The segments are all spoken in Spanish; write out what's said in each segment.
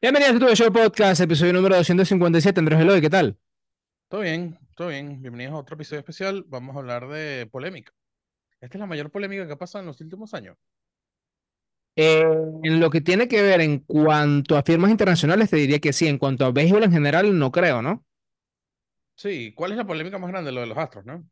Bienvenidos a tu Show Podcast, episodio número 257. Andrés Eloy, ¿qué tal? Todo bien, todo bien. Bienvenidos a otro episodio especial. Vamos a hablar de polémica. Esta es la mayor polémica que ha pasado en los últimos años. Eh, en lo que tiene que ver en cuanto a firmas internacionales, te diría que sí. En cuanto a béisbol en general, no creo, ¿no? Sí, ¿cuál es la polémica más grande? Lo de los Astros, ¿no?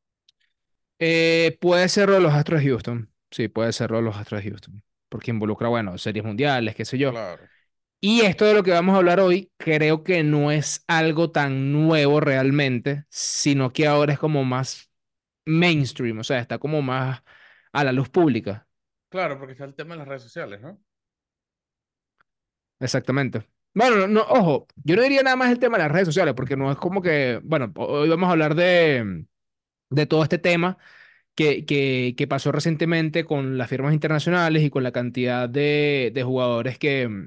Puede ser lo de los Astros de Houston. Sí, puede ser lo de los Astros de Houston. Porque involucra, bueno, series mundiales, qué sé yo. Claro, Y esto de lo que vamos a hablar hoy, creo que no es algo tan nuevo realmente, sino que ahora es como más mainstream, o sea, está como más a la luz pública. claro, porque está el tema de las redes sociales, ¿no? Exactamente. Bueno, ojo, yo no diría nada más el tema de las redes sociales, porque no es como que, bueno, hoy vamos a hablar de todo este tema que pasó recientemente con las firmas internacionales y con la cantidad de jugadores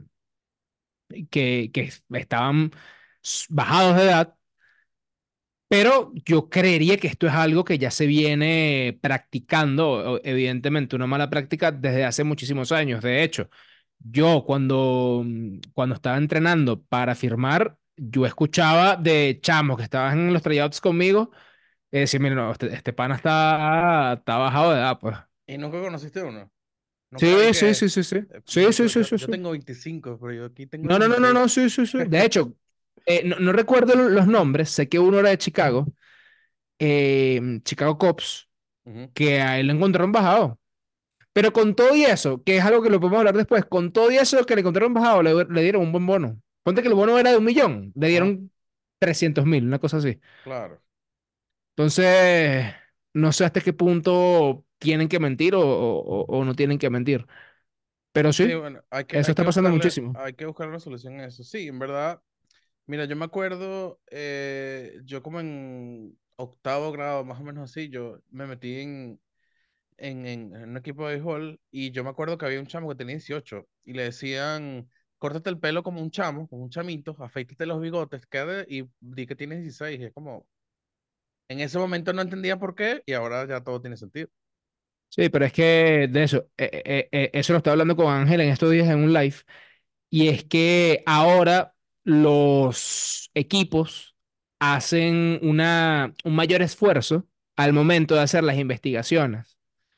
que estaban bajados de edad, pero yo creería que esto es algo que ya se viene practicando, evidentemente, una mala práctica desde hace muchísimos años. De hecho, yo cuando estaba entrenando para firmar, yo escuchaba de chamos que estaban en los tryouts conmigo, decir, mira, no, este pana está bajado de edad, pues. Y nunca conociste uno. Nunca vi Sí, que, sí, sí, sí, sí. Sí, sí, yo, sí, yo, sí, yo sí. tengo 25, pero yo aquí tengo No, no, no, no, 16. no, sí, sí, sí. De hecho, no recuerdo los nombres, sé que uno era de Chicago, Chicago Cubs, Ujú. que a él lo encontraron bajado. Pero con todo y eso, que es algo que lo podemos hablar después, con todo y eso que le encontraron bajado, le dieron un buen bono. Ponte que el bono era de 1 millón, le Ajá, dieron 300.000, una cosa así. claro. Entonces, no sé hasta qué punto tienen que mentir o no tienen que mentir. Pero Sí, sí, bueno, hay que, eso hay está que pasando buscarle, muchísimo. hay que buscar una solución a eso. Sí, en verdad. Mira, yo me acuerdo, yo como en octavo grado, más o menos así, yo me metí en un equipo de béisbol y yo me acuerdo que había un chamo que tenía 18 y le decían, córtate el pelo como un chamo, como un chamito, afeítate los bigotes, quede y di que tienes 16. Y es como, en ese momento no entendía por qué y ahora ya todo tiene sentido. Sí, pero es que de eso, eso lo estaba hablando con Ángel en estos días en un live, y es que ahora los equipos hacen un mayor esfuerzo al momento de hacer las investigaciones.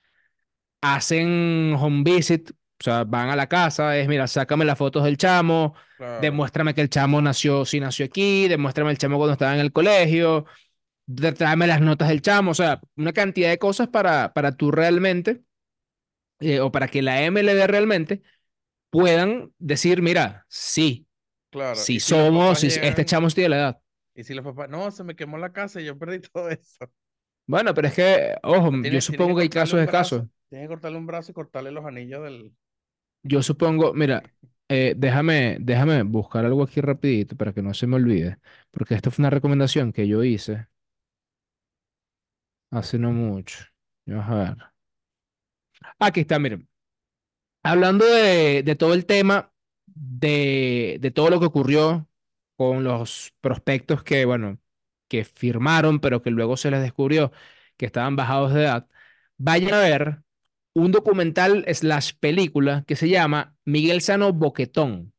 Hacen home visit, o sea, van a la casa, es, mira, sácame las fotos del chamo, Claro, demuéstrame que el chamo nació, sí nació aquí, demuéstrame el chamo cuando estaba en el colegio, tráeme las notas del chamo, o sea, una cantidad de cosas para tú realmente, o para que la MLB realmente puedan decir, mira, sí, claro. si somos, si este chamo tiene la edad. Y si los papás, no, se me quemó la casa y yo perdí todo eso. Bueno, pero es que, ojo, O yo tienes que supongo que hay cortarle casos un de brazo, casos. tienes que cortarle un brazo y cortarle los anillos del... Yo supongo, mira, déjame buscar algo aquí rapidito para que no se me olvide, porque esto fue una recomendación que yo hice hace no mucho. Vamos a ver. Aquí está, miren. Hablando de todo el tema de todo lo que ocurrió con los prospectos que, bueno, que firmaron, pero que luego se les descubrió que estaban bajados de edad, vayan a ver un documental slash película que se llama Miguel Sano Boquetón.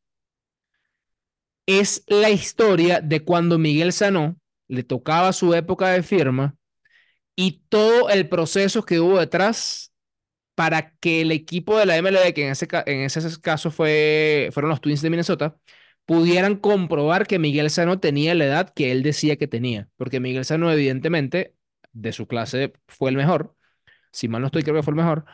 Es la historia de cuando Miguel Sano le tocaba su época de firma y todo el proceso que hubo detrás para que el equipo de la MLB, que en ese caso fueron los Twins de Minnesota, pudieran comprobar que Miguel Sano tenía la edad que él decía que tenía. Porque Miguel Sano, evidentemente, de su clase fue el mejor. Si mal no estoy, creo que fue el mejor.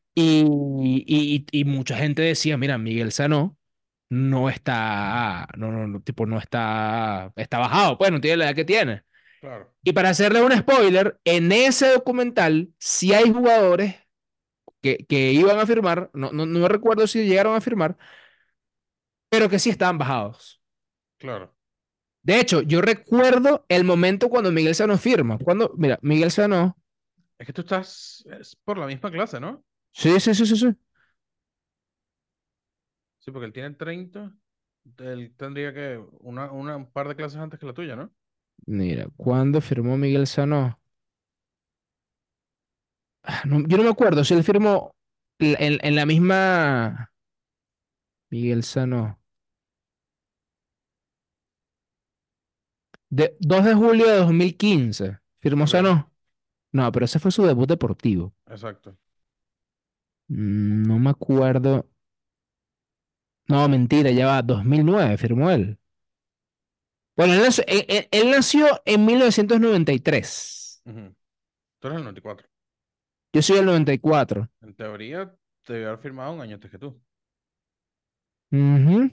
Y mucha gente decía, mira, Miguel Sano no está, tipo, no está, está bajado, pues no tiene la edad que tiene. Claro, Y para hacerle un spoiler, en ese documental sí hay jugadores que iban a firmar, no recuerdo si llegaron a firmar, pero que sí estaban bajados. claro. De hecho, yo recuerdo el momento cuando Miguel Sano firma. Cuando, mira, Miguel Sano, Es que tú estás es por la misma clase, ¿no? sí, sí, sí, sí, sí. Sí, porque él tiene 30. Él tendría que un par de clases antes que la tuya, ¿no? Mira, ¿cuándo firmó Miguel Sano? Yo no me acuerdo si él firmó en la misma Miguel Sano. 2 de julio de 2015. ¿Firmó Ok, Sano? No, pero ese fue su debut deportivo. exacto. No me acuerdo. No, mentira, ya va. 2009 firmó él. Bueno, él nació en 1993. Ujú. Tú eres el 94. Yo soy del 94. En teoría, te debió haber firmado un año antes que tú. Ujú.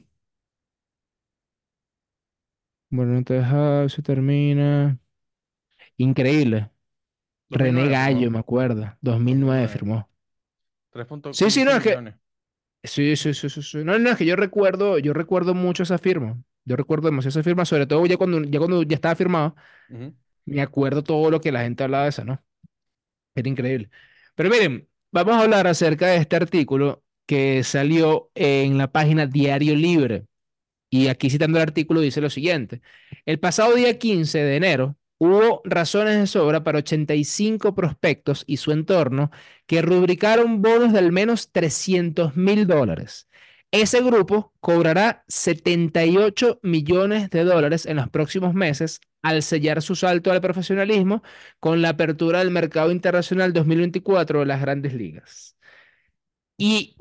Bueno, no te deja, se termina. Increíble. René 2009 Gallo, firmó. me acuerdo. 2009 2009. firmó. Sí, sí, 3.15 no, es que. millones. Sí, sí, sí, sí, sí. No, no, es que yo recuerdo mucho esa firma. Yo recuerdo demasiado esa firma, sobre todo ya cuando ya estaba firmado, Ujú. me acuerdo todo lo que la gente hablaba de esa, ¿no? Era increíble. Pero miren, vamos a hablar acerca de este artículo que salió en la página Diario Libre. Y aquí citando el artículo dice lo siguiente. El pasado día 15 de enero hubo razones de sobra para 85 prospectos y su entorno que rubricaron bonos de al menos $300.000. Ese grupo cobrará 78 millones de dólares en los próximos meses al sellar su salto al profesionalismo con la apertura del mercado internacional 2024 de las grandes ligas. Y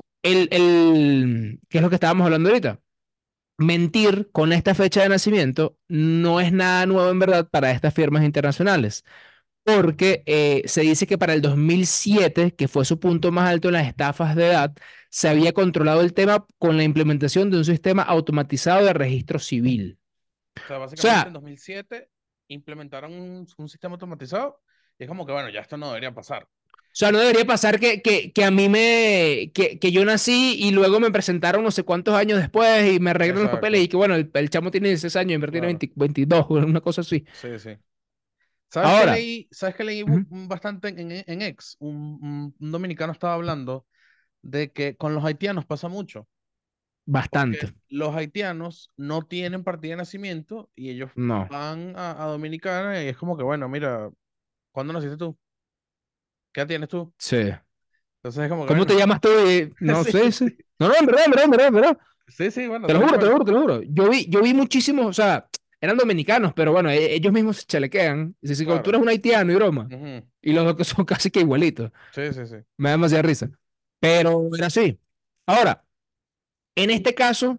¿qué es lo que estábamos hablando ahorita? Mentir con esta fecha de nacimiento no es nada nuevo en verdad para estas firmas internacionales, porque se dice que para el 2007, que fue su punto más alto en las estafas de edad, se había controlado el tema con la implementación de un sistema automatizado de registro civil. O sea, O básicamente en sea, 2007 implementaron un sistema automatizado y es como que, bueno, ya esto no debería pasar. no debería pasar que a mí que yo nací y luego me presentaron no sé cuántos años después y me arreglan los papeles Exacto, y que bueno, el chamo tiene 16 años y me tiene claro. 20 22, una cosa así. Sí, sí. ¿Sabes qué Ahora, leí? ¿Sabes qué leí ujú, bastante en X? Un dominicano estaba hablando de que con los haitianos pasa mucho, porque bastante. los haitianos no tienen partida de nacimiento y ellos No, van a Dominicana y es como que, bueno, mira, ¿cuándo naciste tú? ¿Qué edad tienes tú? sí. Entonces es como que, ¿Cómo te bueno, llamas tú? No sí, sé, sí, sí. No, no, en verdad, en verdad, en verdad, en verdad. sí, sí, bueno, Te lo tal juro, te lo cual. juro, te lo juro. Yo vi muchísimos, o sea, eran dominicanos, pero bueno, ellos mismos se chalequean. Y dicen, como tú Claro. eres un haitiano y broma. Ujú. Y los dos que son casi que igualitos. Sí, sí, sí. Me da demasiada risa. Pero era así. Ahora, en este caso,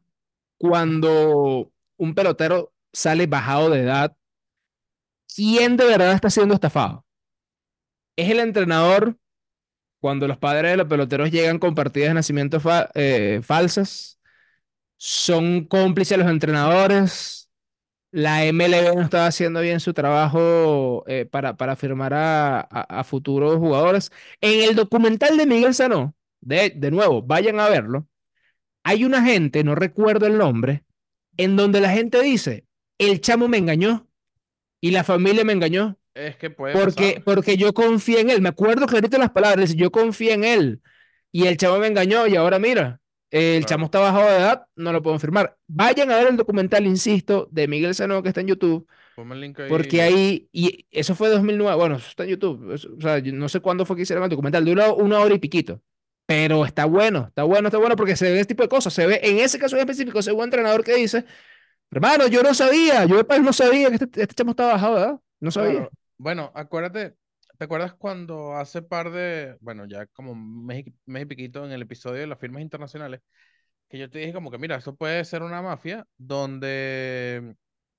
cuando un pelotero sale bajado de edad, ¿quién de verdad está siendo estafado? ¿Es el entrenador cuando los padres de los peloteros llegan con partidas de nacimiento falsas? ¿Son cómplices los entrenadores? ¿La MLB no estaba haciendo bien su trabajo para firmar a futuros jugadores? En el documental de Miguel Sanó, de nuevo, vayan a verlo, hay una gente, no recuerdo el nombre, en donde la gente dice, el chamo me engañó y la familia me engañó. Es que puede Porque, pasar. porque yo confié en él. Me acuerdo clarito las palabras. Dice, yo confié en él. Y el chamo me engañó. Y ahora mira, el chamo Claro. está bajado de edad. No lo puedo firmar. Vayan a ver el documental, insisto, de Miguel Sano que está en YouTube. Ponme el link Porque ahí. ahí, y eso fue 2009. Bueno, eso está en YouTube. O sea, yo no sé cuándo fue que hicieron el documental. Dura una hora y piquito. Pero está bueno, está bueno, está bueno porque se ve ese tipo de cosas. Se ve, en ese caso en específico, se ve un entrenador que dice, hermano, yo no sabía, yo de país no sabía que este chamo estaba bajado de edad. No sabía. Claro. Bueno, acuérdate, ¿te acuerdas cuando hace bueno, ya como mes y piquito en el episodio de las firmas internacionales, que yo te dije como que, mira, esto puede ser una mafia donde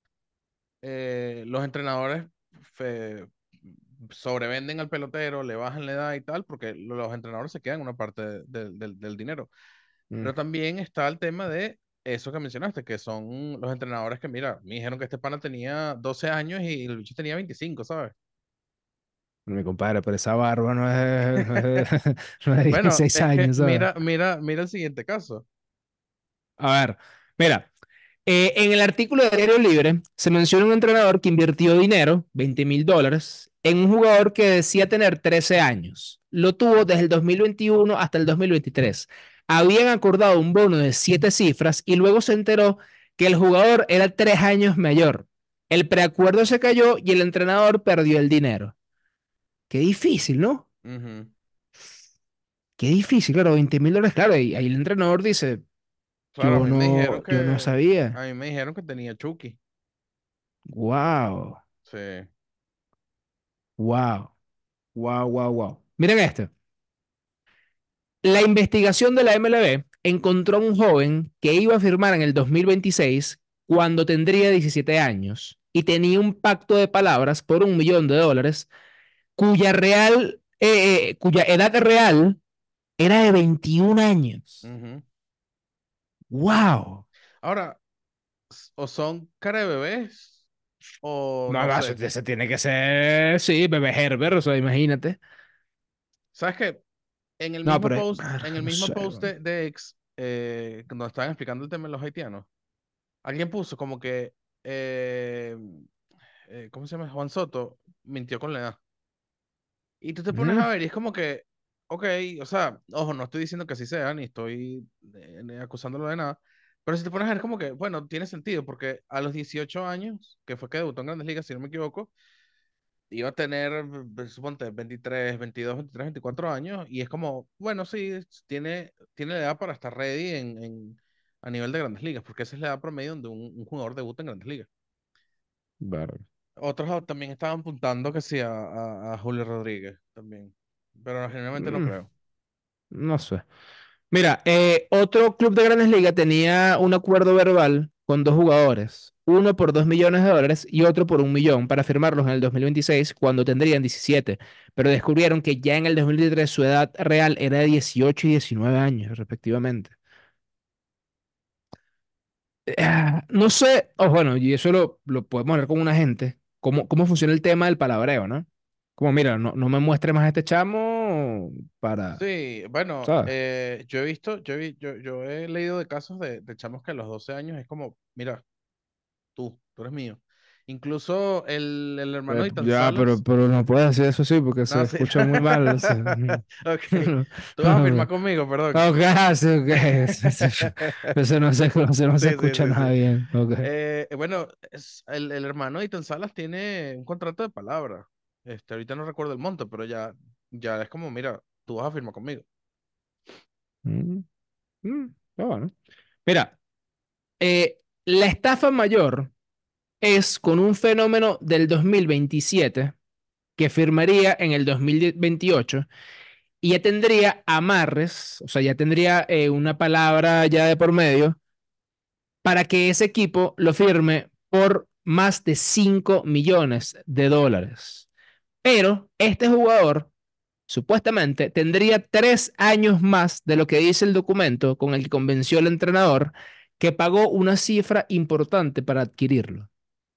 los entrenadores fe- sobrevenden al pelotero, le bajan la edad y tal, porque los entrenadores se quedan una parte del dinero. Mm. Pero también está el tema de eso que mencionaste, que son los entrenadores que, mira, me dijeron que este pana tenía 12 años y el bicho tenía 25, ¿sabes? Mi compadre, pero esa barba no es de Bueno, 16 es que años, ¿sabes? mira el siguiente caso. A ver, mira, en el artículo de Diario Libre se menciona un entrenador que invirtió dinero, $20.000, en un jugador que decía tener 13 años. Lo tuvo desde el 2021 hasta el 2023. Habían acordado un bono de 7 cifras y luego se enteró que el jugador era 3 años mayor. El preacuerdo se cayó y el entrenador perdió el dinero. Qué difícil, ¿no? Ujú. Qué difícil, claro, $20.000, claro, y ahí el entrenador dice, Claro, a mí me dijeron yo no sabía. a mí me dijeron que tenía Chucky. Wow, Sí. wow, wow, wow, wow. Miren esto. La investigación de la MLB encontró a un joven que iba a firmar en el 2026 cuando tendría 17 años y tenía un pacto de palabras por $1 millón cuya edad real era de 21 años. Ujú. ¡Wow! Ahora, o son cara de bebés, o No, no no, sé. eso tiene que ser, sí, bebé Herbert, o sea, imagínate. ¿Sabes qué? No, pero, En el no mismo sé, post weón. de X, cuando estaban explicando el tema de los haitianos, alguien puso como que, eh, ¿cómo se llama? Juan Soto mintió con la edad. Y tú te pones Ujú. a ver y es como que, ok, o sea, ojo, no estoy diciendo que así sea, ni estoy acusándolo de nada, pero si te pones a ver es como que, bueno, tiene sentido, porque a los 18 años, que fue que debutó en Grandes Ligas, si no me equivoco, iba a tener, suponte, 23, 22, 23, 24 años, y es como, bueno, sí, tiene la edad para estar ready a nivel de Grandes Ligas, porque esa es la edad promedio donde un jugador debuta en Grandes Ligas. Bárbaro. Otros también estaban apuntando que sí a Julio Rodríguez también, pero generalmente no Mm, creo. no sé. Mira, otro club de Grandes Ligas tenía un acuerdo verbal con dos jugadores, uno por $2 millones y otro por 1 millón para firmarlos en el 2026 cuando tendrían 17, pero descubrieron que ya en el 2023 su edad real era de 18 y 19 años, respectivamente. No sé, o bueno, y eso lo podemos hablar con una gente, cómo funciona el tema del palabreo, ¿no? Como, mira, no me muestre más a este chamo para, Sí, bueno, ¿sabes? yo he visto, yo he leído de casos de chamos que a los 12 años es como, mira, tú eres mío. Incluso el hermano de Ethan Ya, Salas, pero no puedes hacer eso sí, porque se no, sí. escucha muy mal. Ok, tú vas a firmar conmigo, perdón. Ok, sí, ok. Eso no se Sí, sí, escucha sí, nada sí. bien. Ok. Bueno, el hermano de Ethan Salas tiene un contrato de palabra. Ahorita no recuerdo el monto, pero ya es como, mira, tú vas a firmar conmigo. Mm, está bueno. Mira, la estafa mayor es con un fenómeno del 2027 que firmaría en el 2028 y ya tendría amarres, o sea, ya tendría una palabra ya de por medio para que ese equipo lo firme por más de $5 millones. Pero este jugador supuestamente tendría 3 años más de lo que dice el documento con el que convenció al entrenador que pagó una cifra importante para adquirirlo.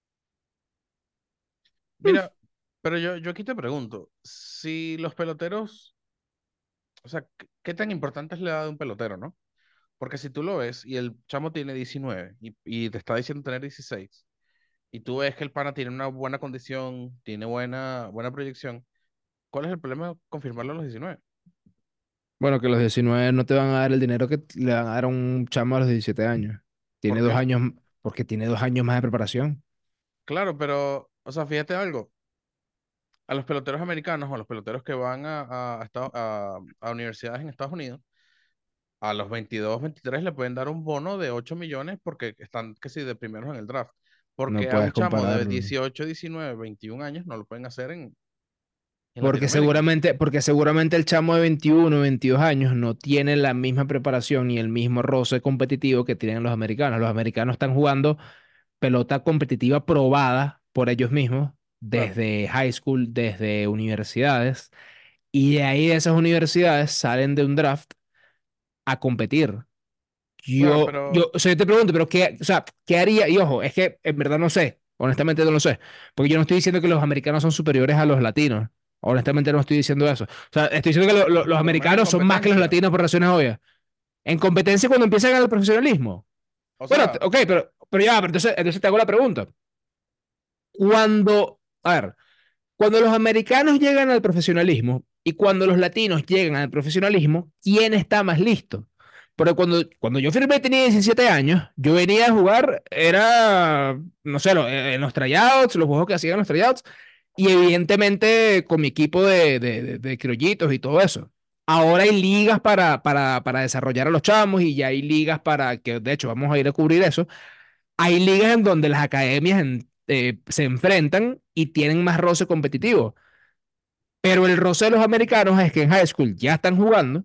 Mira, pero yo aquí te pregunto, si los peloteros, o sea, ¿qué tan importante es la edad de un pelotero, no? Porque si tú lo ves y el chamo tiene 19 y te está diciendo tener 16 y tú ves que el pana tiene una buena condición, tiene buena proyección, ¿cuál es el problema de confirmarlo a los 19? Bueno, que los 19 no te van a dar el dinero que le van a dar a un chamo a los 17 años. Tiene ¿Por dos qué? años, porque tiene 2 años más de preparación. Claro, pero, o sea, fíjate algo, a los peloteros americanos o a los peloteros que van a universidades en Estados Unidos, a los 22, 23 le pueden dar un bono de 8 millones porque están, que sí, de primeros en el draft. No Porque a puedes un chamo de compararlo. 18, 19, 21 años no lo pueden hacer en Porque Latinoamérica. seguramente, porque seguramente el chamo de 21 o 22 años no tiene la misma preparación ni el mismo roce competitivo que tienen los americanos. Los americanos están jugando pelota competitiva probada por ellos mismos Claro, desde high school, desde universidades, y de ahí de esas universidades salen de un draft a competir. claro, O sea, yo te pregunto, pero ¿qué, o sea, qué haría? Y ojo, es que en verdad no sé, honestamente no lo sé, porque yo no estoy diciendo que los americanos son superiores a los latinos, honestamente no estoy diciendo eso. O sea, estoy diciendo que los por lo menos en americanos son más que los competencia. latinos por razones obvias. En competencia cuando empiezan el profesionalismo. O Bueno, sea, ok, pero ya, pero entonces te hago la pregunta. A ver, cuando los americanos llegan al profesionalismo y cuando los latinos llegan al profesionalismo, ¿quién está más listo? Porque cuando yo firmé tenía 17 años, yo venía a jugar, era, no sé, en los tryouts, los juegos que hacían en los tryouts, y evidentemente con mi equipo de criollitos y todo eso. Ahora hay ligas para desarrollar a los chamos y ya hay ligas para, que de hecho vamos a ir a cubrir eso, hay ligas en donde las academias se enfrentan y tienen más roce competitivo. Pero el roce de los americanos es que en high school ya están jugando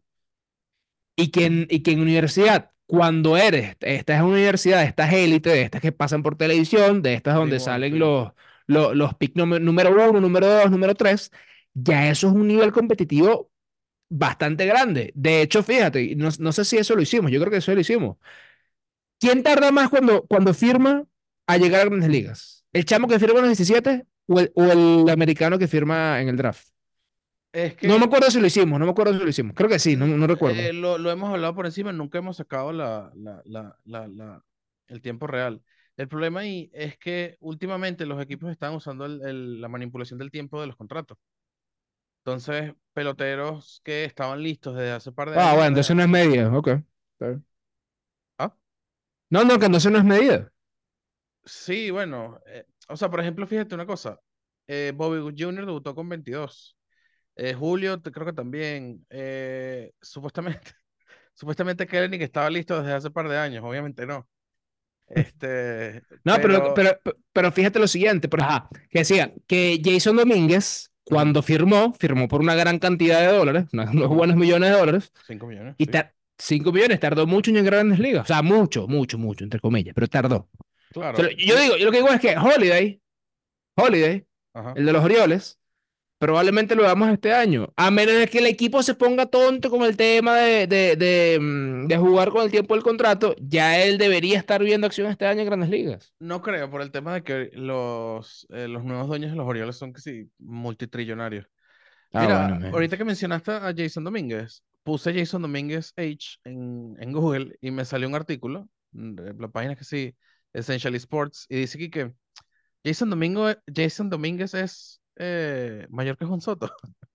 y que en universidad, cuando estás en universidad, estás élite, de estas que pasan por televisión, de estas donde D1, salen sí. los pick número uno, número dos, número tres, ya eso es un nivel competitivo bastante grande. De hecho, fíjate, no sé si eso lo hicimos, yo creo que eso lo hicimos. ¿Quién tarda más cuando firma a llegar a grandes ligas? ¿El chamo que firma en los 17 o el americano que firma en el draft? Es No me que acuerdo si lo hicimos, no me acuerdo si lo hicimos. Creo que sí, no recuerdo. lo hemos hablado por encima, nunca hemos sacado el tiempo real. El problema ahí es que últimamente los equipos están usando la manipulación del tiempo de los contratos. Entonces, peloteros que estaban listos desde hace un par de Ah, años. bueno, entonces no es medida. Ok. Está bien. Ah, No, que entonces no es medida. sí, bueno. O sea, por ejemplo, fíjate una cosa. Bobby Witt Jr. debutó con 22. Julio, creo que también. Supuestamente, supuestamente Kelenic estaba listo desde hace un par de años. Obviamente no. No, Pero. pero fíjate lo siguiente, ajá, que decía que Jason Domínguez, Ujú, cuando firmó por una gran cantidad de dólares, unos ujú, buenos millones de dólares, 5 millones, y sí. 5 millones, tardó mucho en llegar a grandes ligas. O sea, mucho, entre comillas, pero tardó. Claro. Yo lo que digo es que Holiday, Ajá. el de los Orioles, probablemente lo veamos este año. A menos de que el equipo se ponga tonto con el tema de jugar con el tiempo del contrato, ya él debería estar viendo acción este año en Grandes Ligas. No creo, por el tema de que los nuevos dueños de los Orioles son que sí, multitrillonarios. Ah, bueno, Mira, ahorita que mencionaste a Jason Domínguez, puse Jason Domínguez H en Google y me salió un artículo, de la página que sí, Essential Sports, y dice aquí que Jason Domínguez es mayor que Juan Soto.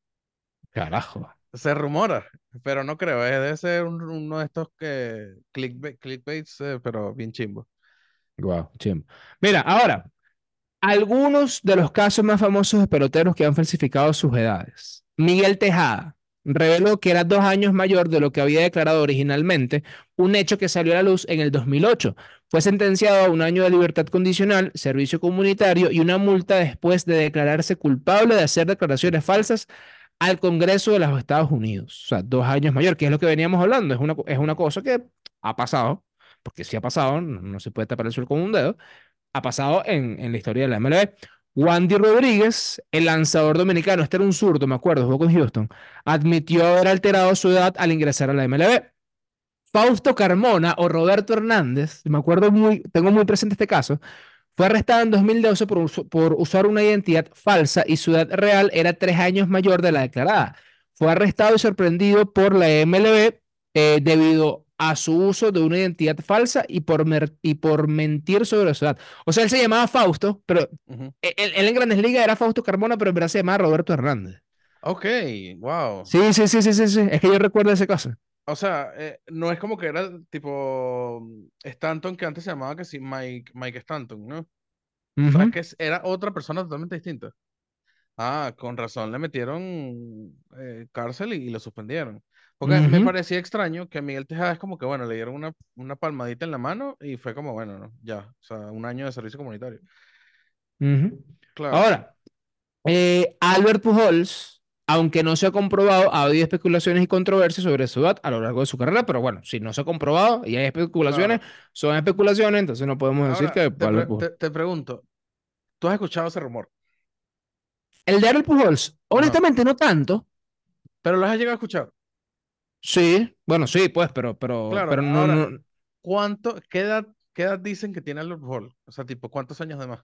carajo. Se rumora, pero no creo, debe ser uno de estos que clickbaits, pero bien chimbo. Wow, chimbo. Mira, ahora, algunos de los casos más famosos de peloteros que han falsificado sus edades. Miguel Tejada reveló que era 2 años mayor de lo que había declarado originalmente, un hecho que salió a la luz en el 2008. Fue sentenciado a 1 año de libertad condicional, servicio comunitario y una multa después de declararse culpable de hacer declaraciones falsas al Congreso de los Estados Unidos. O sea, 2 años mayor, que es lo que veníamos hablando. Es una cosa que ha pasado, porque sí ha pasado, no se puede tapar el sol con un dedo, ha pasado en la historia de la MLB. Wandy Rodríguez, el lanzador dominicano, este era un zurdo, me acuerdo, jugó con Houston, admitió haber alterado su edad al ingresar a la MLB. Fausto Carmona o Roberto Hernández, me acuerdo tengo muy presente este caso, fue arrestado en 2012 por usar una identidad falsa y su edad real era 3 años mayor de la declarada. Fue arrestado y sorprendido por la MLB debido a su uso de una identidad falsa y por mentir sobre su edad. O sea, él se llamaba Fausto, pero Ujú. él en Grandes Ligas era Fausto Carmona, pero en verdad se llamaba Roberto Hernández. Ok, wow. Sí. Es que yo recuerdo ese caso. O sea, no es como que era tipo Stanton, que antes se llamaba que sí, Mike Stanton, ¿no? O sea, es Ujú, que era otra persona totalmente distinta. Ah, con razón, le metieron cárcel y lo suspendieron. Porque me ujú, parecía extraño que a Miguel Tejada es como que, bueno, le dieron una palmadita en la mano y fue como, bueno, no, ya, o sea, 1 año de servicio comunitario. ujú. Claro, Ahora, Albert Pujols, aunque no se ha comprobado, ha habido especulaciones y controversias sobre su edad a lo largo de su carrera, pero bueno, si no se ha comprobado y hay especulaciones, claro. son especulaciones, entonces no podemos decir Ahora, que Albert Pujols. te pregunto, ¿tú has escuchado ese rumor? El de Albert Pujols, Ajá. honestamente no tanto. ¿Pero lo has llegado a escuchar? Sí, bueno, sí, pues, Claro, pero no, ahora, no, qué edad dicen que tiene Albert Hall? O sea, tipo, ¿cuántos años de más?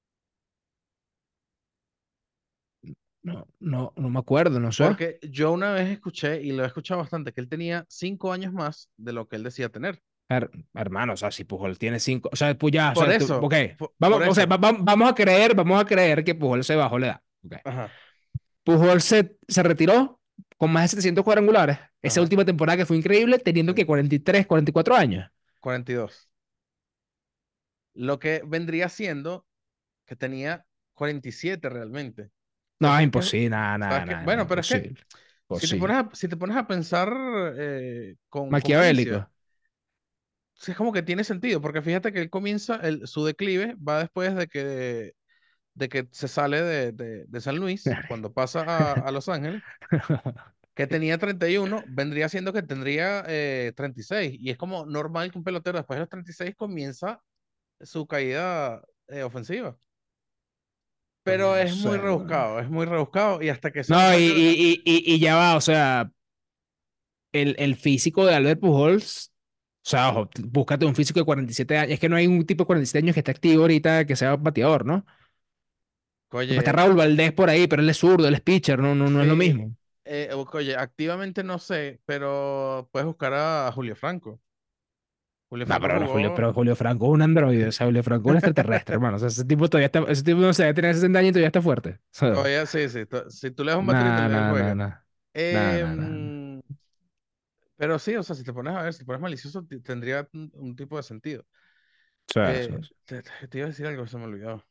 no me acuerdo, no sé. Porque yo una vez escuché, y lo he escuchado bastante, que él tenía 5 años más de lo que él decía tener. Hermano, o sea, si Pujol tiene 5, o sea, pues ya, o Por sea, eso, ok, vamos, por o sea, eso. vamos a creer que Pujol se bajó la edad. Ok. Ajá, Pujol se retiró con más de 700 cuadrangulares. Esa ajá, última temporada que fue increíble, teniendo sí, que 43, 44 años. 42. Lo que vendría siendo que tenía 47 realmente. No, es Entonces, imposible, nada, ¿sabes nada, qué? nada, nada, Bueno, pero es que imposible. Imposible. si te pones a pensar con juicio, Maquiavélico. sí, es como que tiene sentido, porque fíjate que él comienza, su declive va después de que se sale de San Luis, cuando pasa a Los Ángeles, que tenía 31 vendría siendo que tendría 36, y es como normal que un pelotero después de los 36 comienza su caída ofensiva. Coño, Pero no sé, hermano. es muy rebuscado, y hasta que eso no No, salga... y ya va, o sea, el físico de Albert Pujols, o sea, ojo, búscate un físico de 47 años. Es que no hay un tipo de 47 años que esté activo ahorita que sea bateador, ¿no? Pues está Oye, Raúl Valdés por ahí, pero él es zurdo, él es pitcher, no es lo sí, mismo. oye, activamente no sé, pero puedes buscar a Julio Franco. Julio No, Franco jugó... pero Julio Franco es un androide, o sea, Julio Franco es un extraterrestre, hermano. O sea, ese tipo todavía está, ese tipo no sé, debe tener 60 años y todavía está fuerte. O sea, Todavía, sí, sí. Si tú le das un baterito, nah, él nah, nah, juega. nah. Nah, nah, nah, nah. Em, pero sí, o sea, si te pones a ver, si te pones malicioso, tendría un tipo de sentido. O sea, eso. Te iba a decir algo, se me olvidó.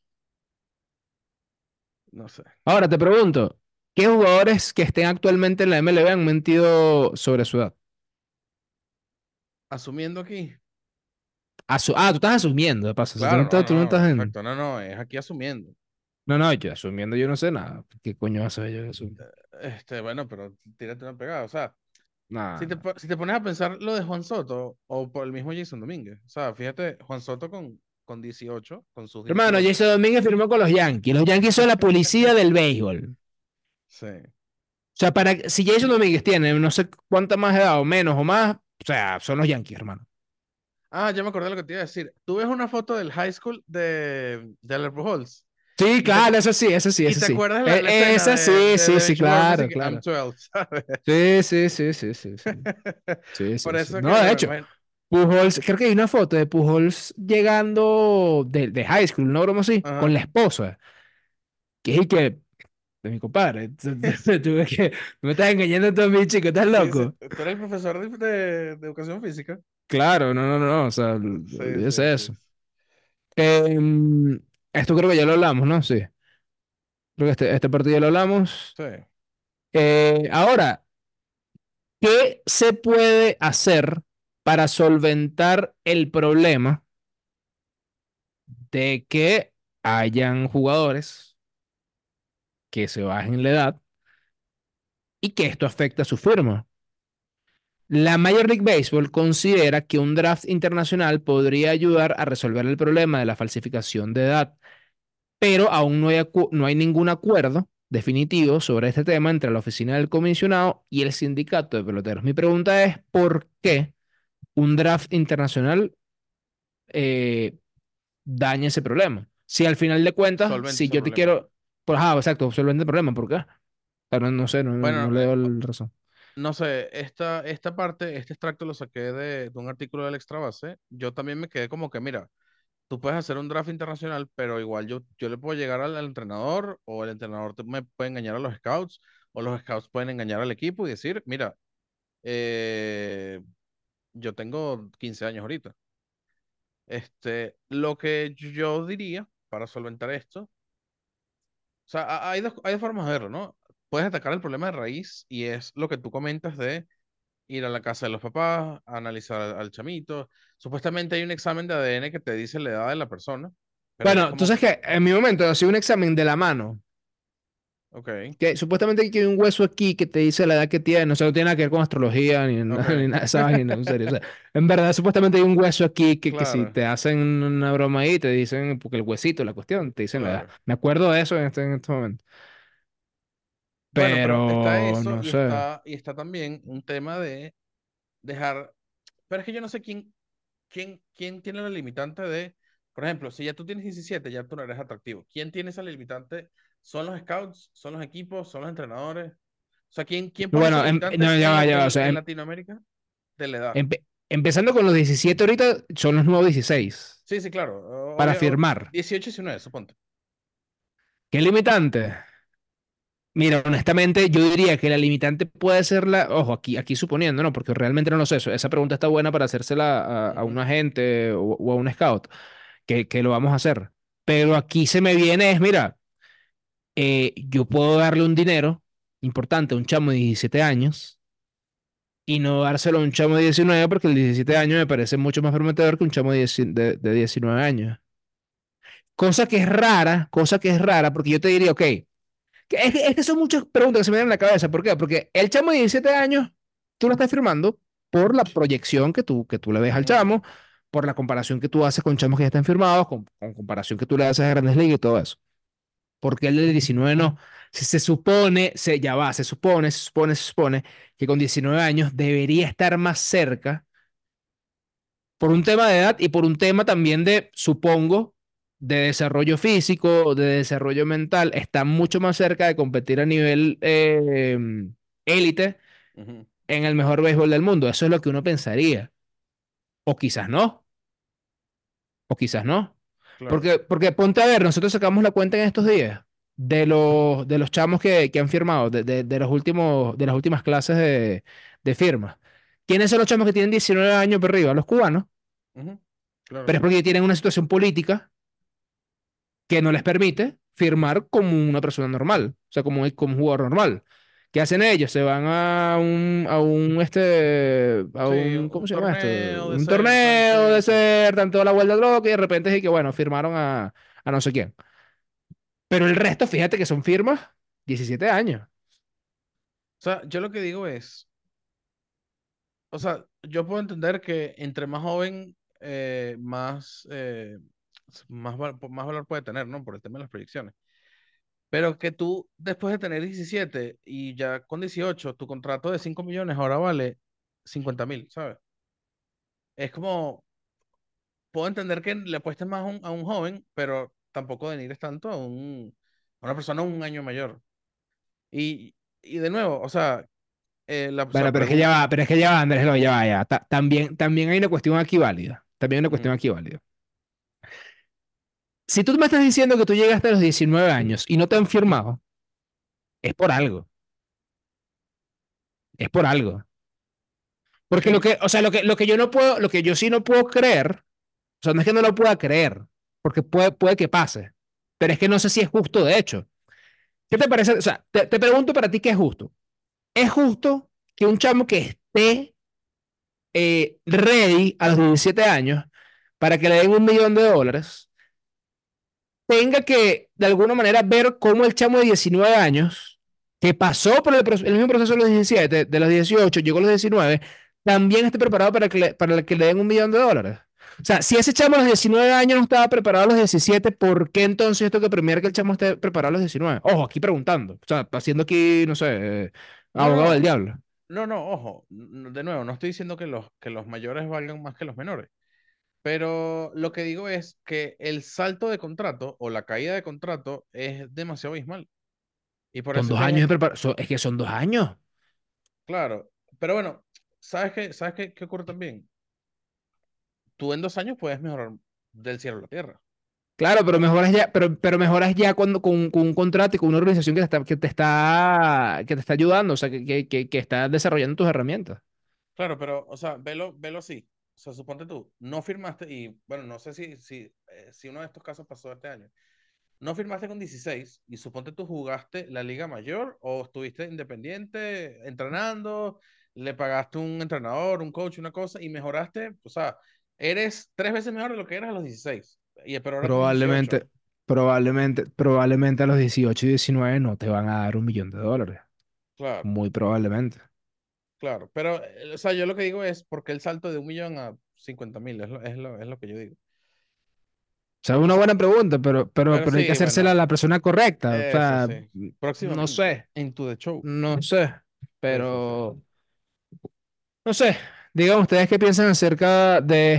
No sé. Ahora te pregunto, ¿qué jugadores que estén actualmente en la MLB han mentido sobre su edad? Asumiendo aquí. Tú estás asumiendo, de paso. O sea, Claro, no, tú no no, estás en. exacto. No, no, es aquí asumiendo. No, no, yo asumiendo yo no sé nada. ¿Qué coño vas a saber yo de eso? Bueno, pero tírate una pegada. O sea, Nada, nada. si te pones a pensar lo de Juan Soto o por el mismo Jason Domínguez. O sea, fíjate, Juan Soto con 18, con sus Hermano, 18. Jason Domínguez firmó con los Yankees. Los Yankees son la policía del béisbol. Sí. O sea, si Jason Domínguez tiene no sé cuánta más edad o menos o más, o sea, son los Yankees, hermano. Ah, ya me acordé lo que te iba a decir. Tú ves una foto del high school de Albert Pujols Sí, y te, claro, eso sí, eso sí, y eso te sí. acuerdas la escena Esa sí, sí, de sí, Bench Warmers y claro, que I'm claro. 12, ¿sabes? Sí, sí, sí, sí, sí, sí. Sí, Por sí, sí. eso que, No, de bueno, hecho, Pujols, creo que hay una foto de Pujols llegando de high school, una broma así, con ajá. la esposa, que es que, de mi compadre. Tú ves que tú me estás engañando todo mi chico, ¿estás Sí, sí. loco? Tú eres el profesor de educación física. Claro, no, o sea, Sí, yo sí, sé sí. eso. Em, Esto creo que ya lo hablamos, ¿no? Sí, creo que este partido ya lo hablamos. Sí. Ahora, ¿qué se puede hacer para solventar el problema de que hayan jugadores que se bajen la edad y que esto afecte a su firma? La Major League Baseball considera que un draft internacional podría ayudar a resolver el problema de la falsificación de edad, pero aún no hay ningún acuerdo definitivo sobre este tema entre la oficina del comisionado y el sindicato de peloteros. Mi pregunta es, ¿por qué un draft internacional eh, daña ese problema? Si al final de cuentas, Solvente si ese yo te problema. quiero, pues, exacto, solvente el problema, ¿por qué? Pero no sé, Bueno, no le doy el razón. no sé, esta parte, este extracto lo saqué de un artículo del Extra Base. Yo también me quedé como que, mira, tú puedes hacer un draft internacional, pero igual yo le puedo llegar al entrenador, o el entrenador me puede engañar a los scouts, o los scouts pueden engañar al equipo y decir, mira, eh, yo tengo 15 años ahorita. Lo que yo diría para solventar esto, o sea, hay dos formas de verlo, ¿no? Puedes atacar el problema de raíz, y es lo que tú comentas de ir a la casa de los papás, analizar al chamito. Supuestamente hay un examen de ADN que te dice la edad de la persona, pero ya es Bueno, como entonces que, que en mi momento hacía un examen de la mano, ok, que supuestamente hay un hueso aquí que te dice la edad que tiene, o sea, no tiene nada que ver con astrología ni, ok, ni nada de esa vaina, en serio. O sea, en verdad, supuestamente hay un hueso aquí que si claro, te hacen una broma ahí, te dicen, porque el huesito, la cuestión, te dicen la edad. claro. Me acuerdo de eso en este momento. Bueno, pero está Pero, eso, no sé. y está también un tema de dejar, pero es que yo no sé quién tiene la limitante de, por ejemplo, si ya tú tienes 17 ya tú no eres atractivo. ¿Quién tiene esa limitante? ¿Son los scouts? ¿Son los equipos? ¿Son los entrenadores? O sea, ¿quién pone esa Bueno, limitante no, ya va, o sea, en Latinoamérica de la edad? empezando con los 17 ahorita, son los nuevos 16 Sí, sí, claro. para firmar. 18 y 19, suponte. ¿Qué limitante? Mira, honestamente, yo diría que la limitante puede ser ojo, aquí suponiendo, ¿no? Porque realmente no lo sé. Esa pregunta está buena para hacérsela a un Ujú. agente o a un scout, que lo vamos a hacer. Pero aquí se me viene es, mira, yo puedo darle un dinero importante a un chamo de 17 años y no dárselo a un chamo de 19 porque el 17 años me parece mucho más prometedor que un chamo de 19 años. Cosa que es rara, porque yo te diría, ok, es que son muchas preguntas que se me dan en la cabeza. ¿Por qué? Porque el chamo de 17 años, tú lo estás firmando por la proyección que tú le ves al Ujú, chamo, por la comparación que tú haces con chamos que ya están firmados, con comparación que tú le haces a Grandes Ligas y todo eso. Porque el de 19 no. Si se supone, ya va, se supone que con 19 años debería estar más cerca por un tema de edad y por un tema también de, supongo, de desarrollo físico, de desarrollo mental, está mucho más cerca de competir a nivel élite ujú, en el mejor béisbol del mundo. Eso es lo que uno pensaría. O quizás no, o quizás no. claro. Porque ponte a ver, nosotros sacamos la cuenta en estos días de los chamos que han firmado, de los últimos, de las últimas clases de firma. ¿Quiénes son los chamos que tienen 19 años por arriba? Los cubanos. Ujú, claro. Pero es porque tienen una situación política que no les permite firmar como una persona normal, o sea, como un jugador normal. ¿Qué hacen ellos? Se van Sí, ¿cómo un se llama esto? torneo, Un desertan, torneo sí, de sí. ser, dan toda la vuelta al bloque y de repente es que, bueno, firmaron a no sé quién. Pero el resto, fíjate que son firmas 17 años. O sea, yo lo que digo es, o sea, yo puedo entender que entre más joven, más valor puede tener, ¿no? Por el tema de las proyecciones. Pero que tú, después de tener 17 y ya con 18 tu contrato de 5 millones ahora vale 50.000, ¿sabes? Es como, puedo entender que le apuestes más a un joven, pero tampoco denigres tanto a una persona un año mayor. Y de nuevo, o sea, o Bueno, sea, pero es que ya va, Andrés, no, ya va, ya. También hay una cuestión aquí válida. También hay una cuestión aquí válida. Si tú me estás diciendo que tú llegaste a los 19 años y no te han firmado, es por algo. Es por algo. Porque o sea, lo que yo no puedo, lo que yo sí no puedo creer, o sea, no es que no lo pueda creer, porque puede que pase, pero es que no sé si es justo, de hecho. ¿Qué te parece? O sea, te pregunto para ti qué es justo. ¿Es justo que un chamo que esté ready a los 17 años para que le den $1 millón tenga que, de alguna manera, ver cómo el chamo de 19 años, que pasó por el mismo proceso de los 17, de los 18, llegó a los 19, también esté preparado para que le den $1 millón? O sea, si ese chamo a los 19 años no estaba preparado a los 17, ¿por qué entonces esto que premiar que el chamo esté preparado a los 19? Ojo, aquí preguntando, o sea, haciendo aquí, no sé, no, abogado del no, diablo. no, ojo, de nuevo, no estoy diciendo que los mayores valgan más que los menores, pero lo que digo es que el salto de contrato o la caída de contrato es demasiado abismal. Y por Son eso es dos que años de preparación, es que son 2 años. claro, pero bueno, ¿sabes qué ocurre también? Tú en 2 años puedes mejorar del cielo a la tierra. Claro, pero mejoras ya cuando con un contrato y con una organización que te está ayudando, o sea, que está desarrollando tus herramientas. Claro, pero, o sea, velo así. O sea, suponte tú, no firmaste, y bueno, no sé si uno de estos casos pasó este año. No firmaste con 16 y suponte tú jugaste la liga mayor o estuviste independiente entrenando, le pagaste un entrenador, un coach, una cosa y mejoraste, o sea, eres 3 veces mejor de lo que eras a los 16, pero ahora tienes 18. Probablemente a los 18 y 19 no te van a dar $1 millón. Claro, Muy probablemente. claro, pero, o sea, yo lo que digo es porque el salto de 1 millón a 50.000, es lo que yo digo. O sea, es una buena pregunta, Pero pero hay que sí, hacérsela a bueno, la persona correcta. O eso sea, sí. no Próximamente, sé, Into the Show. no sé, Eso sí. pero no sé. Digan ustedes qué piensan acerca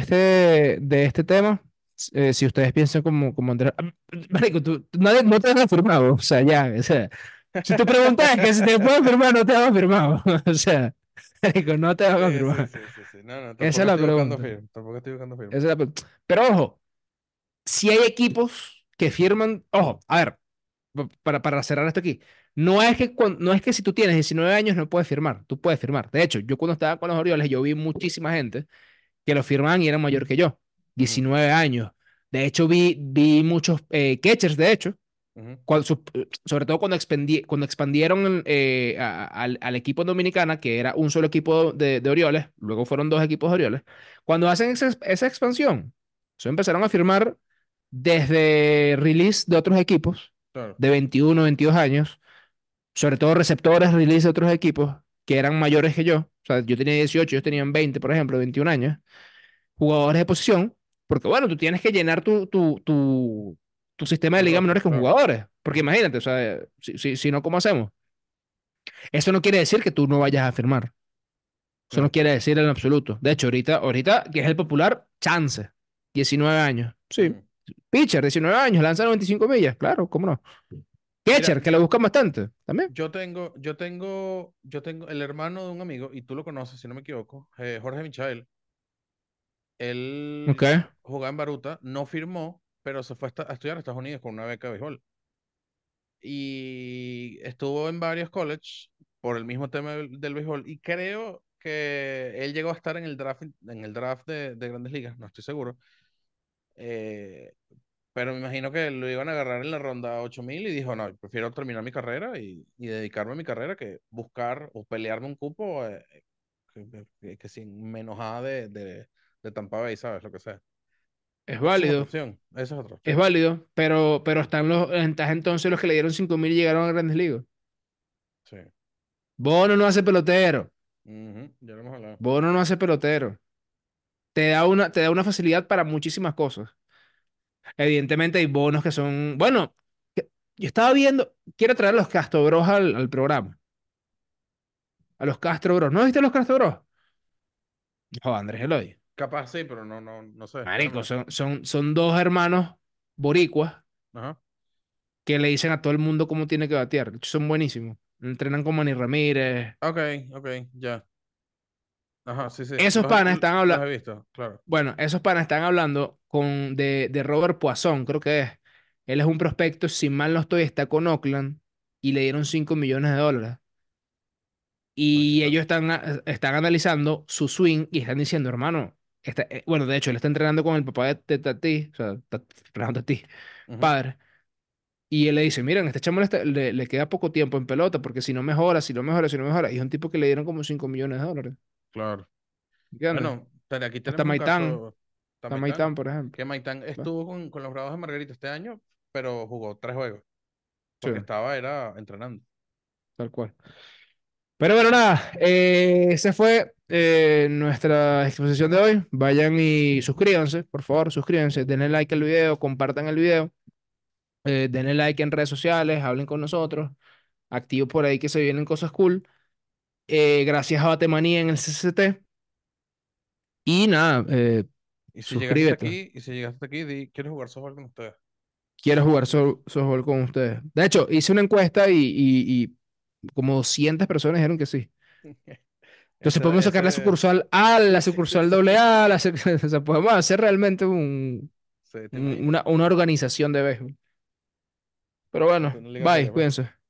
de este tema. Si ustedes piensan como Andrés. Marico, no te has firmado. O sea, ya. O sea, si tu pregunta es que si te puedo firmar, no te has firmado. O sea, marico, no te vas a Sí, sí, firmar. sí, sí, sí. No, no, Esa es tampoco la estoy buscando pregunta. firma. Tampoco estoy buscando firma. Esa es la Pero ojo, si hay equipos que firman. Ojo, a ver, para cerrar esto aquí. No es que si tú tienes 19 años no puedes firmar. Tú puedes firmar. De hecho, yo cuando estaba con los Orioles, yo vi muchísima gente que lo firmaban y eran mayor que yo, Ujú, 19 años. De hecho, vi muchos catchers, de hecho. Ujú, Sobre todo cuando expandieron al equipo en Dominicana, que era un solo equipo de Orioles, luego fueron dos equipos de Orioles. Cuando hacen esa expansión, se empezaron a firmar desde release de otros equipos claro. de 21, 22 años, sobre todo receptores release de otros equipos que eran mayores que yo. O sea, yo tenía 18, ellos tenían 20, por ejemplo, 21 años. Jugadores de posición, porque bueno, tú tienes que llenar tu sistema de Tu liga roster, menores con claro. jugadores. Porque Ujú, imagínate, o sea, si no, ¿cómo hacemos? Eso no quiere decir que tú no vayas a firmar. Eso no claro. quiere decir en absoluto. De hecho, ahorita que es el popular, Chance, 19 años. Sí. Ujú. Pitcher, 19 años, lanza 95 millas. Claro, cómo no. Mira, Catcher, que lo buscan bastante. También. yo tengo el hermano de un amigo, y tú lo conoces, si no me equivoco, Jorge Michael. Ok. Él jugaba en Baruta, no firmó, pero se fue a estudiar a Estados Unidos con una beca de béisbol. Y estuvo en varios colleges por el mismo tema del béisbol. Y creo que él llegó a estar en el draft de Grandes Ligas, no estoy seguro. Eh, pero me imagino que lo iban a agarrar en la ronda 8000 y dijo, no, prefiero terminar mi carrera y dedicarme a mi carrera que buscar o pelearme un cupo que sin me enojaba de Tampa Bay, ¿sabes? Lo que sea. Es Esa es otra válido. opción. Esa es otra Es opción. válido. Pero estás entonces los que le dieron 5.000 y llegaron a Grandes Ligas. Sí. Bono no hace pelotero. Ujú, ya lo hemos hablado. Bono no hace pelotero. Te da una facilidad para muchísimas cosas. Evidentemente hay bonos que son, bueno, yo estaba viendo, quiero traer a los Castro Bros al programa, a los Castro Bros. ¿No viste los Castro Bros? Joder, Andrés Eloy. Capaz sí, pero no, no, no sé. Marico, Tráemelo. son dos hermanos boricuas Ajá. que le dicen a todo el mundo cómo tiene que batear. De hecho, son buenísimos. Entrenan con Manny Ramírez. Ok, ok, ya. Ajá, sí, sí. Esos panas están Los he hablando, visto, claro. bueno, esos panas están hablando de Robert Poisson, creo que es. Él es un prospecto, si mal no estoy, está con Oakland y le dieron 5 millones de dólares. Coño, Y ellos están analizando su swing y están diciendo, hermano, bueno, de hecho, él está entrenando con el papá de Tati, o sea, Fernando Tati, ujú, padre. Y él le dice, miren, este chamo le queda poco tiempo en pelota, porque si no mejora, si no mejora, si no mejora. Y es un tipo que le dieron como 5 millones de dólares. claro. ¿Entiendes? Bueno, aquí Hasta tenemos un Maitán, caso, está hasta Maitán, Maitán, por ejemplo. que Maitán ¿Va? estuvo con los Bravos de Margarita este año, pero jugó 3 juegos, Sí, porque era entrenando. tal cual. Pero bueno, nada, esa fue nuestra exposición de hoy. Vayan y suscríbanse, por favor, suscríbanse, denle like al video, compartan el video. Denle like en redes sociales, hablen con nosotros, activo por ahí que se vienen cosas cool. Gracias a Batemanía en el CCT. Y nada, Y si llegaste hasta suscríbete. aquí, ¿quieres jugar softball con ustedes? Quiero jugar softball con ustedes. De hecho, hice una encuesta y como 200 personas dijeron que sí. Entonces podemos sacar la Ese, sucursal A, la sí, sucursal sí, doble A, o sea, podemos hacer realmente sí, te imaginas. una organización de béisbol. Pero Hasta bueno, una liga bye, seria, pues. cuídense.